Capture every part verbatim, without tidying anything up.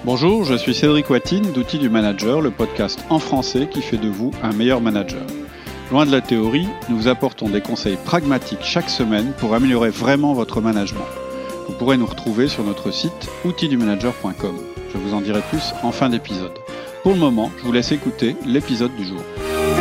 Bonjour, je suis Cédric Watine d'Outils du Manager, le podcast en français qui fait de vous un meilleur manager. Loin de la théorie, nous vous apportons des conseils pragmatiques chaque semaine pour améliorer vraiment votre management. Vous pourrez nous retrouver sur notre site outils du manager point com. Je vous en dirai plus en fin d'épisode. Pour le moment, je vous laisse écouter l'épisode du jour.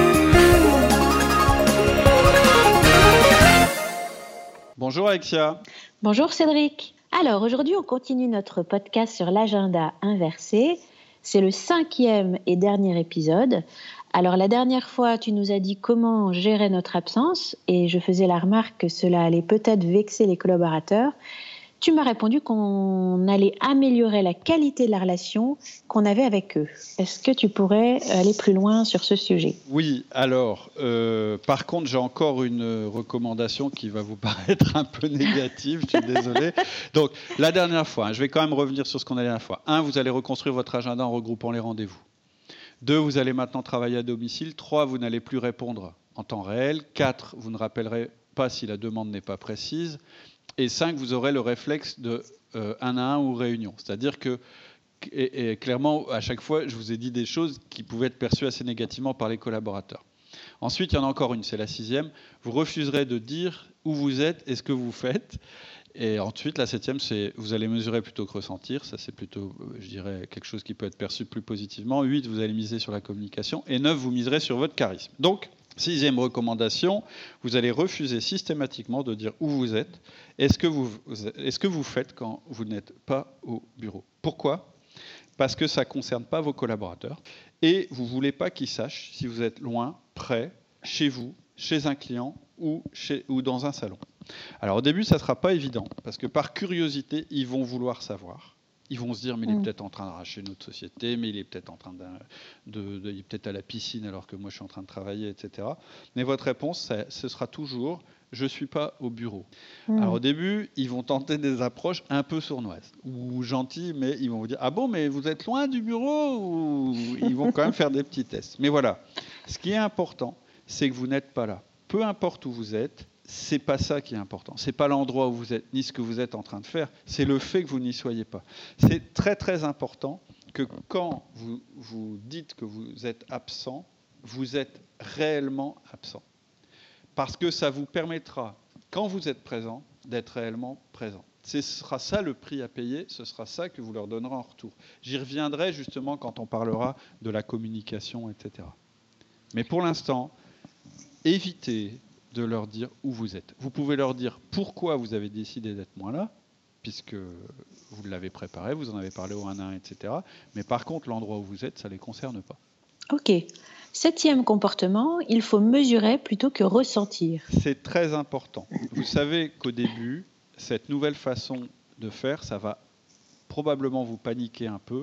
Bonjour Alexia. Bonjour Cédric. Alors aujourd'hui, on continue notre podcast sur l'agenda inversé. C'est le cinquième et dernier épisode. Alors la dernière fois, tu nous as dit comment gérer notre absence et je faisais la remarque que cela allait peut-être vexer les collaborateurs. Tu m'as répondu qu'on allait améliorer la qualité de la relation qu'on avait avec eux. Est-ce que tu pourrais aller plus loin sur ce sujet ? Oui, alors, euh, par contre, j'ai encore une recommandation qui va vous paraître un peu négative, je suis désolé. Donc, la dernière fois, hein, je vais quand même revenir sur ce qu'on a dit la dernière fois. Un, vous allez reconstruire votre agenda en regroupant les rendez-vous. Deux, vous allez maintenant travailler à domicile. Trois, vous n'allez plus répondre en temps réel. Quatre, vous ne rappellerez pas si la demande n'est pas précise. Et cinq, vous aurez le réflexe de euh, un à un ou réunion. C'est-à-dire que, et, et clairement, à chaque fois, je vous ai dit des choses qui pouvaient être perçues assez négativement par les collaborateurs. Ensuite, il y en a encore une, c'est la sixième. Vous refuserez de dire où vous êtes et ce que vous faites. Et ensuite, la septième, c'est vous allez mesurer plutôt que ressentir. Ça, c'est plutôt, je dirais, quelque chose qui peut être perçu plus positivement. Huit, vous allez miser sur la communication. Et neuf, vous miserez sur votre charisme. Donc, sixième recommandation, vous allez refuser systématiquement de dire où vous êtes et ce que vous, est-ce que vous faites quand vous n'êtes pas au bureau. Pourquoi ? Parce que ça ne concerne pas vos collaborateurs et vous ne voulez pas qu'ils sachent si vous êtes loin, près, chez vous, chez un client ou, chez, ou dans un salon. Alors au début, ça ne sera pas évident parce que par curiosité, ils vont vouloir savoir. Ils vont se dire, mais il est peut-être en train de racheter notre société, mais il est peut-être en train de, de, de, il est peut-être à la piscine alors que moi je suis en train de travailler, et cetera. Mais votre réponse, ça, ce sera toujours, je ne suis pas au bureau. Mmh. Alors au début, ils vont tenter des approches un peu sournoises ou gentilles, mais ils vont vous dire, ah bon, mais vous êtes loin du bureau ou ils vont quand même faire des petits tests. Mais voilà, ce qui est important, c'est que vous n'êtes pas là. Peu importe où vous êtes, c'est pas ça qui est important. C'est pas l'endroit où vous êtes, ni ce que vous êtes en train de faire. C'est le fait que vous n'y soyez pas. C'est très très important que quand vous vous dites que vous êtes absent, vous êtes réellement absent, parce que ça vous permettra, quand vous êtes présent, d'être réellement présent. Ce sera ça le prix à payer. Ce sera ça que vous leur donnerez en retour. J'y reviendrai justement quand on parlera de la communication, et cetera. Mais pour l'instant, évitez de leur dire où vous êtes. Vous pouvez leur dire pourquoi vous avez décidé d'être moins là, puisque vous l'avez préparé, vous en avez parlé au un à un, et cetera. Mais par contre, l'endroit où vous êtes, ça ne les concerne pas. Ok. Septième comportement, il faut mesurer plutôt que ressentir. C'est très important. Vous savez qu'au début, cette nouvelle façon de faire, ça va probablement vous paniquer un peu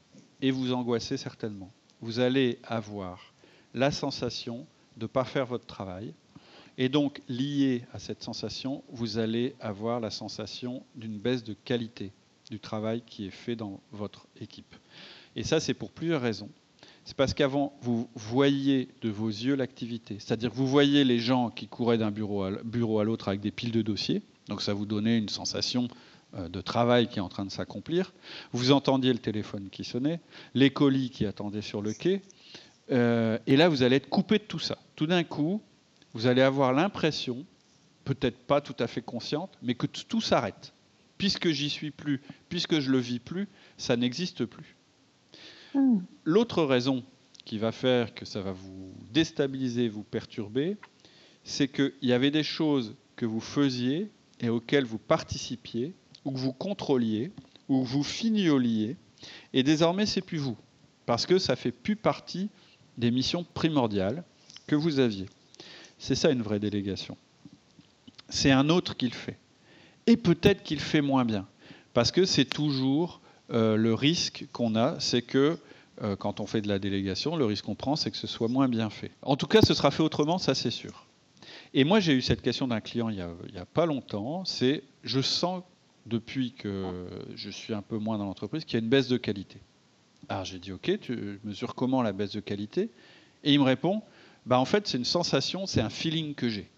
et vous angoisser certainement. Vous allez avoir la sensation de ne pas faire votre travail. Et donc, lié à cette sensation, vous allez avoir la sensation d'une baisse de qualité du travail qui est fait dans votre équipe. Et ça, c'est pour plusieurs raisons. C'est parce qu'avant, vous voyiez de vos yeux l'activité. C'est-à-dire que vous voyez les gens qui couraient d'un bureau à, bureau à l'autre avec des piles de dossiers. Donc, ça vous donnait une sensation de travail qui est en train de s'accomplir. Vous entendiez le téléphone qui sonnait, les colis qui attendaient sur le quai. Euh, et là, vous allez être coupé de tout ça. Tout d'un coup, vous allez avoir l'impression, peut-être pas tout à fait consciente, mais que tout s'arrête. Puisque j'y suis plus, puisque je le vis plus, ça n'existe plus. Mmh. L'autre raison qui va faire que ça va vous déstabiliser, vous perturber, c'est qu'il y avait des choses que vous faisiez et auxquelles vous participiez, ou que vous contrôliez, ou que vous fignoliez, et désormais, c'est plus vous. Parce que ça ne fait plus partie des missions primordiales que vous aviez. C'est ça une vraie délégation. C'est un autre qui le fait. Et peut-être qu'il fait moins bien. Parce que c'est toujours euh, le risque qu'on a, c'est que euh, quand on fait de la délégation, le risque qu'on prend, c'est que ce soit moins bien fait. En tout cas, ce sera fait autrement, ça c'est sûr. Et moi, j'ai eu cette question d'un client il n'y a, a pas longtemps, c'est je sens depuis que je suis un peu moins dans l'entreprise qu'il y a une baisse de qualité. Alors j'ai dit ok, tu mesures comment la baisse de qualité ? Et il me répond, bah en fait c'est une sensation, c'est un feeling que j'ai.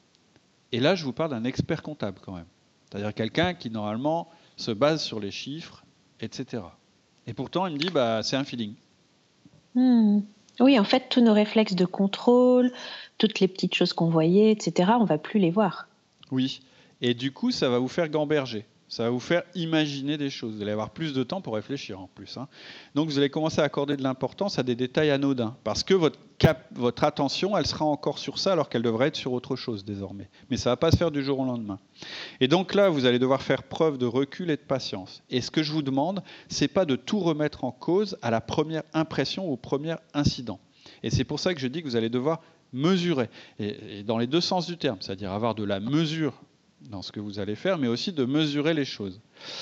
Et là je vous parle d'un expert comptable quand même. C'est-à-dire quelqu'un qui normalement se base sur les chiffres, et cetera. Et pourtant, il me dit, bah, c'est un feeling. Hmm. Oui, en fait, tous nos réflexes de contrôle, toutes les petites choses qu'on voyait, et cetera, on ne va plus les voir. Oui. Et du coup, ça va vous faire gamberger. Ça va vous faire imaginer des choses. Vous allez avoir plus de temps pour réfléchir en plus. Hein. Donc, vous allez commencer à accorder de l'importance à des détails anodins. Parce que votre, cap, votre attention, elle sera encore sur ça alors qu'elle devrait être sur autre chose désormais. Mais ça ne va pas se faire du jour au lendemain. Et donc là, vous allez devoir faire preuve de recul et de patience. Et ce que je vous demande, ce n'est pas de tout remettre en cause à la première impression ou au premier incident. Et c'est pour ça que je dis que vous allez devoir mesurer. Et, et dans les deux sens du terme, c'est-à-dire avoir de la mesure dans ce que vous allez faire, mais aussi de mesurer les choses.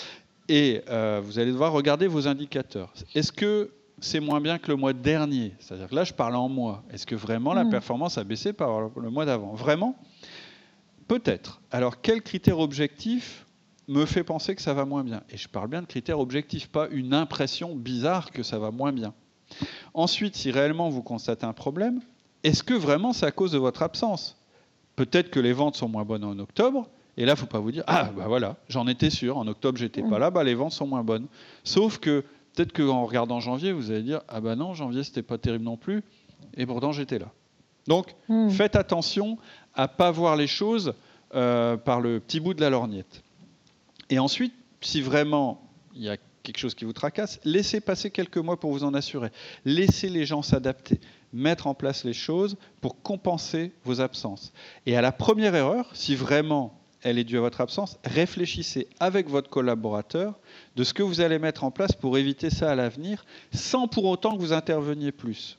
Et euh, vous allez devoir regarder vos indicateurs. Est-ce que c'est moins bien que le mois dernier ? C'est-à-dire que là, je parle en mois. Est-ce que vraiment la mmh. performance a baissé par le mois d'avant ? Vraiment ? Peut-être. Alors, quel critère objectif me fait penser que ça va moins bien ? Et je parle bien de critères objectifs, pas une impression bizarre que ça va moins bien. Ensuite, si réellement vous constatez un problème, est-ce que vraiment c'est à cause de votre absence ? Peut-être que les ventes sont moins bonnes en octobre, et là, il ne faut pas vous dire « Ah, bah voilà, j'en étais sûr, en octobre, je n'étais pas là, bah, les ventes sont moins bonnes. » Sauf que peut-être qu'en regardant janvier, vous allez dire « Ah bah non, janvier, ce n'était pas terrible non plus, et pourtant, j'étais là. » Donc, mmh. faites attention à ne pas voir les choses euh, par le petit bout de la lorgnette. Et ensuite, si vraiment il y a quelque chose qui vous tracasse, laissez passer quelques mois pour vous en assurer. Laissez les gens s'adapter, mettre en place les choses pour compenser vos absences. Et à la première erreur, si vraiment elle est due à votre absence, réfléchissez avec votre collaborateur de ce que vous allez mettre en place pour éviter ça à l'avenir, sans pour autant que vous interveniez plus.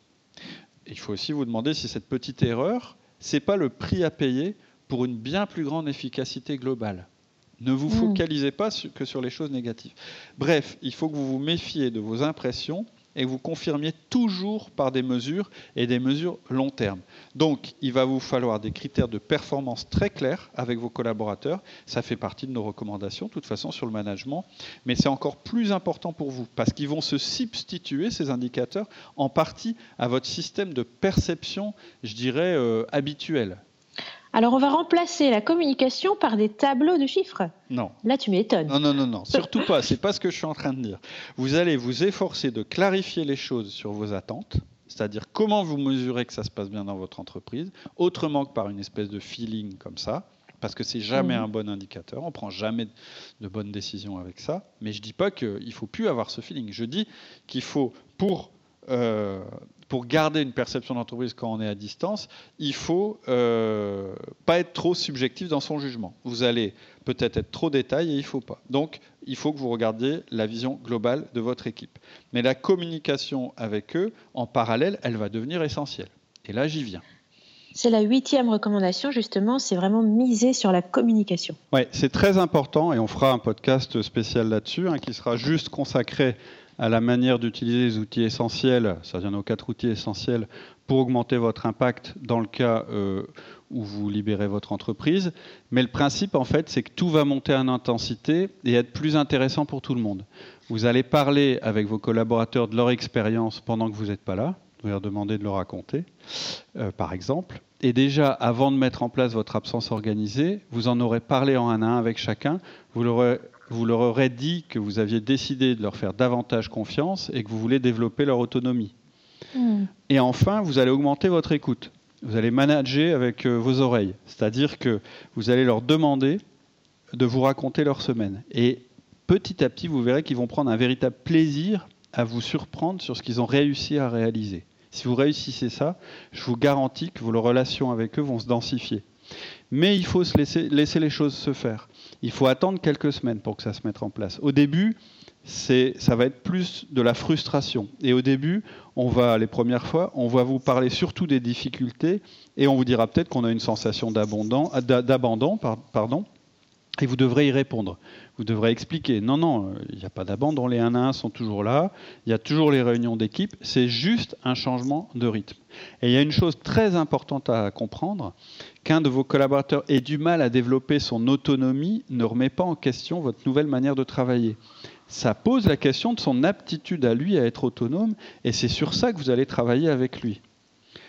Il faut aussi vous demander si cette petite erreur, ce n'est pas le prix à payer pour une bien plus grande efficacité globale. Ne vous focalisez pas que sur les choses négatives. Bref, il faut que vous vous méfiez de vos impressions et que vous confirmiez toujours par des mesures et des mesures long terme. Donc, il va vous falloir des critères de performance très clairs avec vos collaborateurs. Ça fait partie de nos recommandations, de toute façon, sur le management. Mais c'est encore plus important pour vous parce qu'ils vont se substituer, ces indicateurs, en partie à votre système de perception, je dirais, euh, habituel. Alors, on va remplacer la communication par des tableaux de chiffres. Non. Là, tu m'étonnes. Non, non, non, non. Surtout pas. C'est pas ce que je suis en train de dire. Vous allez vous efforcer de clarifier les choses sur vos attentes, c'est-à-dire comment vous mesurez que ça se passe bien dans votre entreprise, autrement que par une espèce de feeling comme ça, parce que c'est jamais mmh. un bon indicateur. On prend jamais de bonnes décisions avec ça. Mais je dis pas qu'il faut plus avoir ce feeling. Je dis qu'il faut, pour euh, pour garder une perception d'entreprise quand on est à distance, il faut euh, pas être trop subjectif dans son jugement. Vous allez peut-être être trop détail et il faut pas. Donc, il faut que vous regardiez la vision globale de votre équipe. Mais la communication avec eux, en parallèle, elle va devenir essentielle. Et là, j'y viens. C'est la huitième recommandation, justement, c'est vraiment miser sur la communication. Oui, c'est très important et on fera un podcast spécial là-dessus hein, qui sera juste consacré à la manière d'utiliser les outils essentiels, c'est-à-dire nos quatre outils essentiels, pour augmenter votre impact dans le cas euh, où vous libérez votre entreprise. Mais le principe, en fait, c'est que tout va monter en intensité et être plus intéressant pour tout le monde. Vous allez parler avec vos collaborateurs de leur expérience pendant que vous n'êtes pas là. Vous leur demandez de le raconter, euh, par exemple. Et déjà, avant de mettre en place votre absence organisée, vous en aurez parlé en un à un avec chacun. Vous l'aurez Vous leur aurez dit que vous aviez décidé de leur faire davantage confiance et que vous voulez développer leur autonomie. Mmh. Et enfin, vous allez augmenter votre écoute. Vous allez manager avec euh, vos oreilles. C'est-à-dire que vous allez leur demander de vous raconter leur semaine. Et petit à petit, vous verrez qu'ils vont prendre un véritable plaisir à vous surprendre sur ce qu'ils ont réussi à réaliser. Si vous réussissez ça, je vous garantis que vos relations avec eux vont se densifier. Mais il faut se laisser, laisser les choses se faire. Il faut attendre quelques semaines pour que ça se mette en place. Au début, c'est, ça va être plus de la frustration. Et au début, on va, les premières fois, on va vous parler surtout des difficultés et on vous dira peut-être qu'on a une sensation d'abandon, d'abandon pardon, et vous devrez y répondre. Vous devrez expliquer. Non, non, il n'y a pas d'abandon, les un à un sont toujours là, il y a toujours les réunions d'équipe, c'est juste un changement de rythme. Et il y a une chose très importante à comprendre, qu'un de vos collaborateurs ait du mal à développer son autonomie ne remet pas en question votre nouvelle manière de travailler. Ça pose la question de son aptitude à lui à être autonome et c'est sur ça que vous allez travailler avec lui.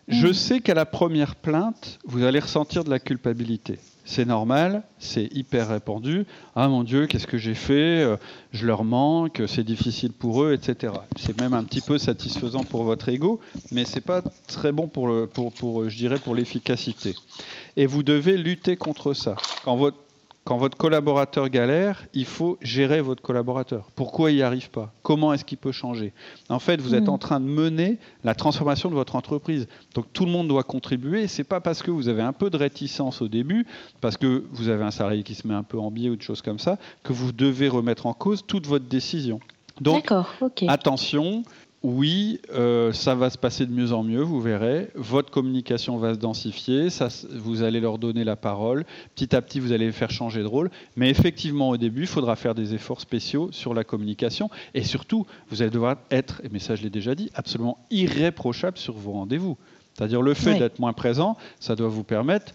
Je mmh. sais qu'à la première plainte, vous allez ressentir de la culpabilité. C'est normal, c'est hyper répandu. Ah mon Dieu, qu'est-ce que j'ai fait ? Je leur manque, c'est difficile pour eux, et cetera. C'est même un petit peu satisfaisant pour votre ego, mais c'est pas très bon pour, le, pour, pour, je dirais, pour l'efficacité. Et vous devez lutter contre ça. Quand votre Quand votre collaborateur galère, il faut gérer votre collaborateur. Pourquoi il n'y arrive pas ? Comment est-ce qu'il peut changer ? En fait, vous êtes mmh. en train de mener la transformation de votre entreprise. Donc tout le monde doit contribuer. Ce n'est pas parce que vous avez un peu de réticence au début, parce que vous avez un salarié qui se met un peu en biais ou des choses comme ça, que vous devez remettre en cause toute votre décision. Donc D'accord, okay. attention. Oui, euh, ça va se passer de mieux en mieux, vous verrez. Votre communication va se densifier, ça, vous allez leur donner la parole. Petit à petit, vous allez les faire changer de rôle. Mais effectivement, au début, il faudra faire des efforts spéciaux sur la communication. Et surtout, vous allez devoir être, mais ça je l'ai déjà dit, absolument irréprochable sur vos rendez-vous. C'est-à-dire le fait oui. d'être moins présent, ça doit vous permettre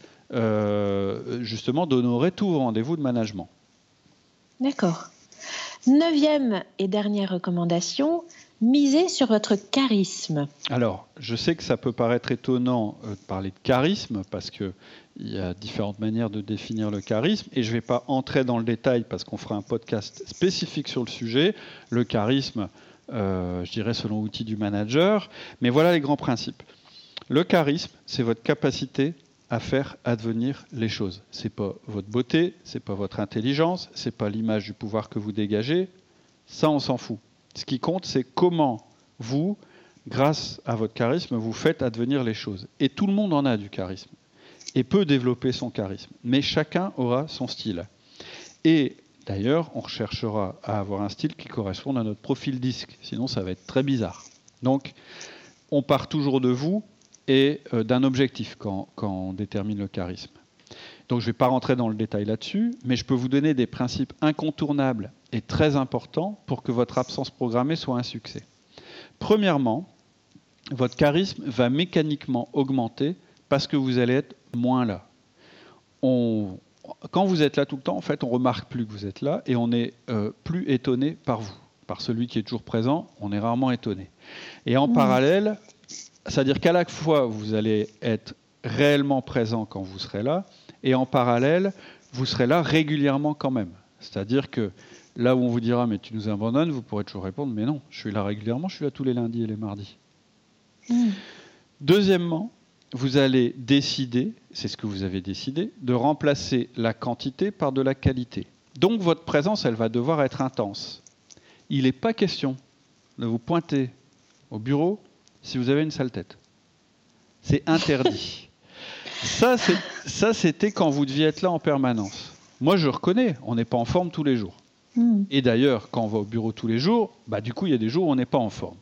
euh, justement d'honorer tous vos rendez-vous de management. D'accord. Neuvième et dernière recommandation, misez sur votre charisme. Alors, je sais que ça peut paraître étonnant euh, de parler de charisme parce qu'il y a différentes manières de définir le charisme et je ne vais pas entrer dans le détail parce qu'on fera un podcast spécifique sur le sujet. Le charisme, euh, je dirais selon l'outil du manager, mais voilà les grands principes. Le charisme, c'est votre capacité à faire advenir les choses. Ce n'est pas votre beauté, ce n'est pas votre intelligence, ce n'est pas l'image du pouvoir que vous dégagez. Ça, on s'en fout. Ce qui compte, c'est comment vous, grâce à votre charisme, vous faites advenir les choses. Et tout le monde en a du charisme et peut développer son charisme. Mais chacun aura son style. Et d'ailleurs, on recherchera à avoir un style qui corresponde à notre profil disque. Sinon, ça va être très bizarre. Donc, on part toujours de vous et euh, d'un objectif quand, quand on détermine le charisme. Donc je ne vais pas rentrer dans le détail là-dessus, mais je peux vous donner des principes incontournables et très importants pour que votre absence programmée soit un succès. Premièrement, votre charisme va mécaniquement augmenter parce que vous allez être moins là. On, quand vous êtes là tout le temps, en fait, on ne remarque plus que vous êtes là et on est euh, plus étonné par vous. Par celui qui est toujours présent, on est rarement étonné. Et en mmh. parallèle, c'est-à-dire qu'à la fois, vous allez être réellement présent quand vous serez là, et en parallèle, vous serez là régulièrement quand même. C'est-à-dire que là où on vous dira « mais tu nous abandonnes », vous pourrez toujours répondre « mais non, je suis là régulièrement, je suis là tous les lundis et les mardis mmh. ». Deuxièmement, vous allez décider, c'est ce que vous avez décidé, de remplacer la quantité par de la qualité. Donc votre présence, elle va devoir être intense. Il n'est pas question de vous pointer au bureau si vous avez une sale tête. C'est interdit. Ça, c'est, ça, c'était quand vous deviez être là en permanence. Moi, je reconnais, on n'est pas en forme tous les jours. Mmh. Et d'ailleurs, quand on va au bureau tous les jours, bah, du coup, il y a des jours où on n'est pas en forme.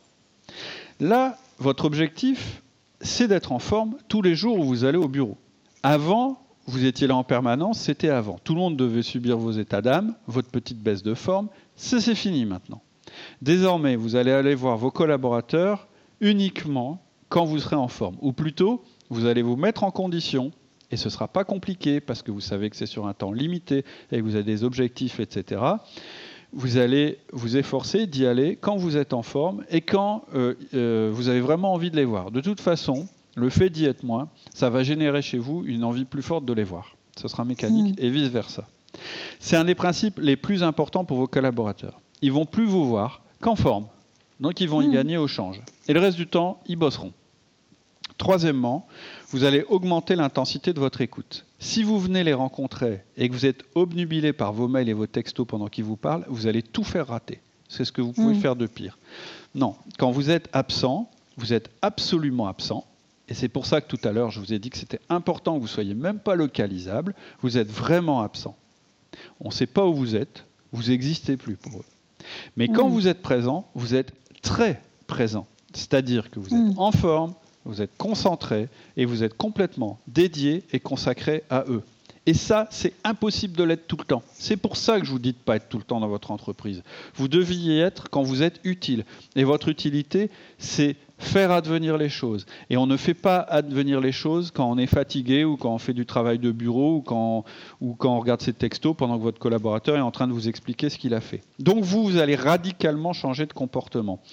Là, votre objectif, c'est d'être en forme tous les jours où vous allez au bureau. Avant, vous étiez là en permanence, c'était avant. Tout le monde devait subir vos états d'âme, votre petite baisse de forme. Ça, c'est fini maintenant. Désormais, vous allez aller voir vos collaborateurs uniquement quand vous serez en forme. Ou plutôt, vous allez vous mettre en condition, et ce ne sera pas compliqué parce que vous savez que c'est sur un temps limité et que vous avez des objectifs, et cetera. Vous allez vous efforcer d'y aller quand vous êtes en forme et quand euh, euh, vous avez vraiment envie de les voir. De toute façon, le fait d'y être moins, ça va générer chez vous une envie plus forte de les voir. Ce sera mécanique mmh. et vice-versa. C'est un des principes les plus importants pour vos collaborateurs. Ils ne vont plus vous voir qu'en forme. Donc, ils vont mmh. y gagner au change. Et le reste du temps, ils bosseront. Troisièmement, vous allez augmenter l'intensité de votre écoute. Si vous venez les rencontrer et que vous êtes obnubilé par vos mails et vos textos pendant qu'ils vous parlent, vous allez tout faire rater. C'est ce que vous pouvez mmh. faire de pire. Non, quand vous êtes absent, vous êtes absolument absent. Et c'est pour ça que tout à l'heure, je vous ai dit que c'était important que vous ne soyez même pas localisable. Vous êtes vraiment absent. On ne sait pas où vous êtes. Vous n'existez plus pour eux. Mais mmh. quand vous êtes présent, vous êtes très présent. C'est-à-dire que vous êtes mmh. en forme, vous êtes concentré et vous êtes complètement dédié et consacré à eux. Et ça, c'est impossible de l'être tout le temps. C'est pour ça que je vous dis de ne pas être tout le temps dans votre entreprise. Vous deviez être quand vous êtes utile. Et votre utilité, c'est faire advenir les choses. Et on ne fait pas advenir les choses quand on est fatigué ou quand on fait du travail de bureau ou quand, ou quand on regarde ses textos pendant que votre collaborateur est en train de vous expliquer ce qu'il a fait. Donc vous, vous allez radicalement changer de comportement.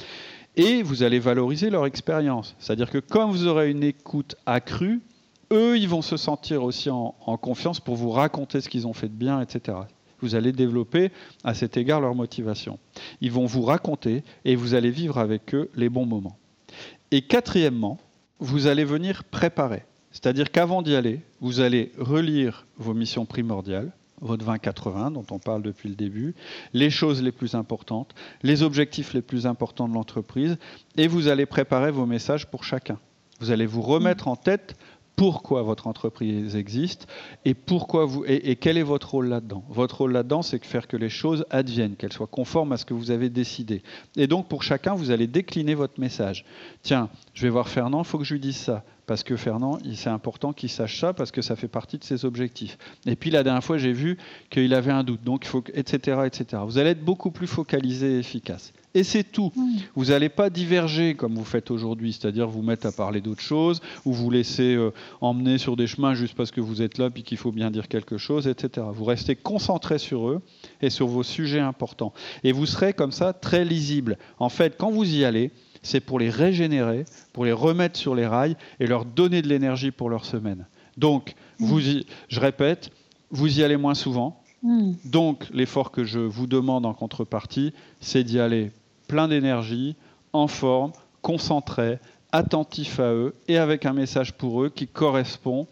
Et vous allez valoriser leur expérience. C'est-à-dire que quand vous aurez une écoute accrue, eux, ils vont se sentir aussi en, en confiance pour vous raconter ce qu'ils ont fait de bien, et cetera. Vous allez développer à cet égard leur motivation. Ils vont vous raconter et vous allez vivre avec eux les bons moments. Et quatrièmement, vous allez venir préparer. C'est-à-dire qu'avant d'y aller, vous allez relire vos missions primordiales, votre vingt quatre-vingts dont on parle depuis le début, les choses les plus importantes, les objectifs les plus importants de l'entreprise, et vous allez préparer vos messages pour chacun. Vous allez vous remettre en tête pourquoi votre entreprise existe et, pourquoi vous, et, et quel est votre rôle là-dedans. Votre rôle là-dedans, c'est de faire que les choses adviennent, qu'elles soient conformes à ce que vous avez décidé. Et donc, pour chacun, vous allez décliner votre message. Tiens, je vais voir Fernand, il faut que je lui dise ça. Parce que Fernand, c'est important qu'il sache ça, parce que ça fait partie de ses objectifs. Et puis, la dernière fois, j'ai vu qu'il avait un doute, donc il faut, et cetera, et cetera. Vous allez être beaucoup plus focalisé et efficace. Et c'est tout. Mmh. Vous n'allez pas diverger comme vous faites aujourd'hui, c'est-à-dire vous mettre à parler d'autres choses, ou vous laisser euh, emmener sur des chemins juste parce que vous êtes là puis qu'il faut bien dire quelque chose, et cetera. Vous restez concentré sur eux et sur vos sujets importants. Et vous serez comme ça très lisible. En fait, quand vous y allez, c'est pour les régénérer, pour les remettre sur les rails et leur donner de l'énergie pour leur semaine. Donc, mmh. vous y, je répète, vous y allez moins souvent. Mmh. Donc, l'effort que je vous demande en contrepartie, c'est d'y aller plein d'énergie, en forme, concentré, attentif à eux et avec un message pour eux qui correspond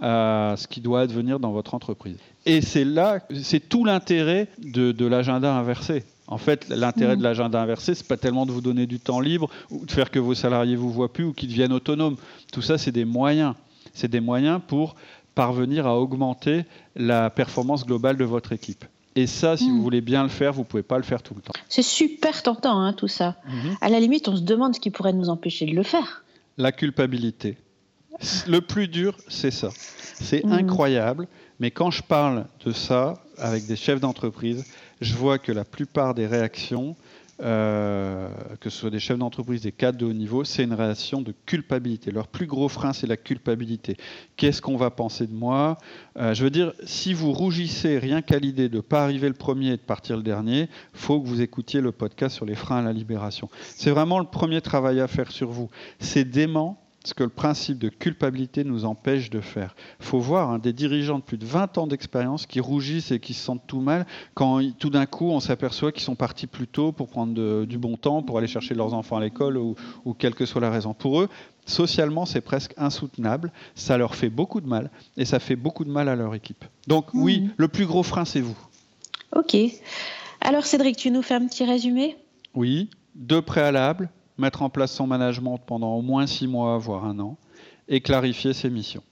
à ce qui doit advenir dans votre entreprise. Et c'est là, c'est tout l'intérêt de, de l'agenda inversé. En fait, l'intérêt mmh. de l'agenda inversé, c'est pas tellement de vous donner du temps libre ou de faire que vos salariés vous voient plus ou qu'ils deviennent autonomes. Tout ça, c'est des moyens. C'est des moyens pour parvenir à augmenter la performance globale de votre équipe. Et ça, si mmh. vous voulez bien le faire, vous ne pouvez pas le faire tout le temps. C'est super tentant, hein, tout ça. Mmh. À la limite, on se demande ce qui pourrait nous empêcher de le faire. La culpabilité. Le plus dur, c'est ça. C'est mmh. incroyable, mais quand je parle de ça avec des chefs d'entreprise, je vois que la plupart des réactions, euh, que ce soit des chefs d'entreprise, des cadres de haut niveau, c'est une réaction de culpabilité. Leur plus gros frein, c'est la culpabilité. Qu'est-ce qu'on va penser de moi ? euh, Je veux dire, si vous rougissez rien qu'à l'idée de ne pas arriver le premier et de partir le dernier, il faut que vous écoutiez le podcast sur les freins à la libération. C'est vraiment le premier travail à faire sur vous. C'est dément ce que le principe de culpabilité nous empêche de faire. Il faut voir hein, des dirigeants de plus de vingt ans d'expérience qui rougissent et qui se sentent tout mal quand tout d'un coup on s'aperçoit qu'ils sont partis plus tôt pour prendre de, du bon temps, pour aller chercher leurs enfants à l'école ou, ou quelle que soit la raison. Pour eux, socialement, c'est presque insoutenable, ça leur fait beaucoup de mal et ça fait beaucoup de mal à leur équipe. Donc mmh. oui, le plus gros frein, c'est vous. Ok. Alors Cédric, tu nous fais un petit résumé ? Oui, deux préalables. Mettre en place son management pendant au moins six mois, voire un an, et clarifier ses missions.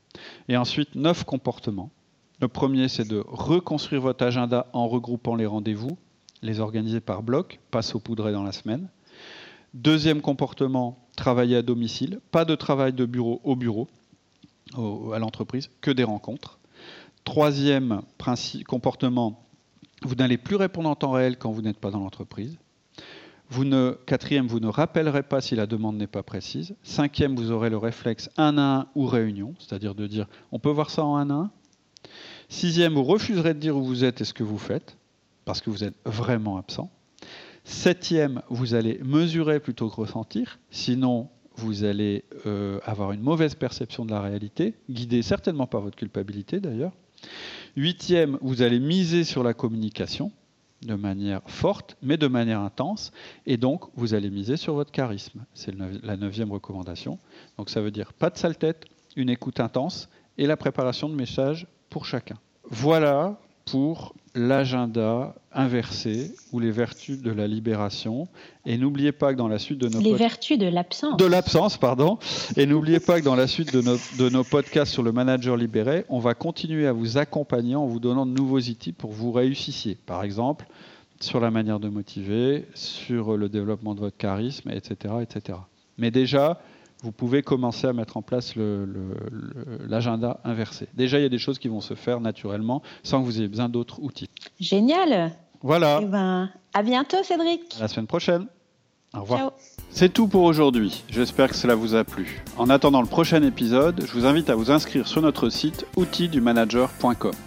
Et ensuite, neuf comportements. Le premier, c'est de reconstruire votre agenda en regroupant les rendez-vous, les organiser par bloc, pas saupoudrer dans la semaine. Deuxième comportement, travailler à domicile. Pas de travail de bureau au bureau, au, à l'entreprise, que des rencontres. Troisième principe, comportement, vous n'allez plus répondre en temps réel quand vous n'êtes pas dans l'entreprise. Vous ne, quatrième, vous ne rappellerez pas si la demande n'est pas précise. Cinquième, vous aurez le réflexe un à un ou réunion, c'est-à-dire de dire « on peut voir ça en un à un ». Sixième, vous refuserez de dire où vous êtes et ce que vous faites, parce que vous êtes vraiment absent. Septième, vous allez mesurer plutôt que ressentir, sinon vous allez euh, avoir une mauvaise perception de la réalité, guidée certainement par votre culpabilité d'ailleurs. Huitième, vous allez miser sur la communication, de manière forte, mais de manière intense, et donc vous allez miser sur votre charisme. C'est la neuvième recommandation. Donc ça veut dire pas de sale tête, une écoute intense et la préparation de messages pour chacun. Voilà pour l'agenda inversé ou les vertus de la libération. Et n'oubliez pas que dans la suite de nos les pod... vertus de l'absence. De l'absence, pardon. Et n'oubliez pas que dans la suite de nos, de nos podcasts sur le manager libéré, on va continuer à vous accompagner en vous donnant de nouveaux outils pour que vous réussissiez. Par exemple, sur la manière de motiver, sur le développement de votre charisme, et cetera, et cetera. Mais déjà, vous pouvez commencer à mettre en place le, le, le, l'agenda inversé. Déjà, il y a des choses qui vont se faire naturellement sans que vous ayez besoin d'autres outils. Génial. Voilà. Eh ben, à bientôt, Cédric. À la semaine prochaine. Au revoir. Ciao. C'est tout pour aujourd'hui. J'espère que cela vous a plu. En attendant le prochain épisode, je vous invite à vous inscrire sur notre site outils du manager point com.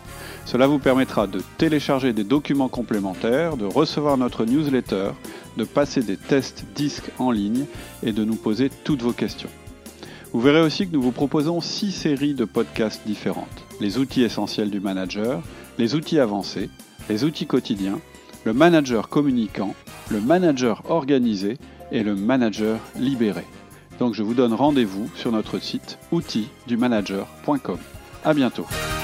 Cela vous permettra de télécharger des documents complémentaires, de recevoir notre newsletter, de passer des tests disques en ligne et de nous poser toutes vos questions. Vous verrez aussi que nous vous proposons six séries de podcasts différentes. Les outils essentiels du manager, les outils avancés, les outils quotidiens, le manager communicant, le manager organisé et le manager libéré. Donc je vous donne rendez-vous sur notre site outils du manager point com. À bientôt.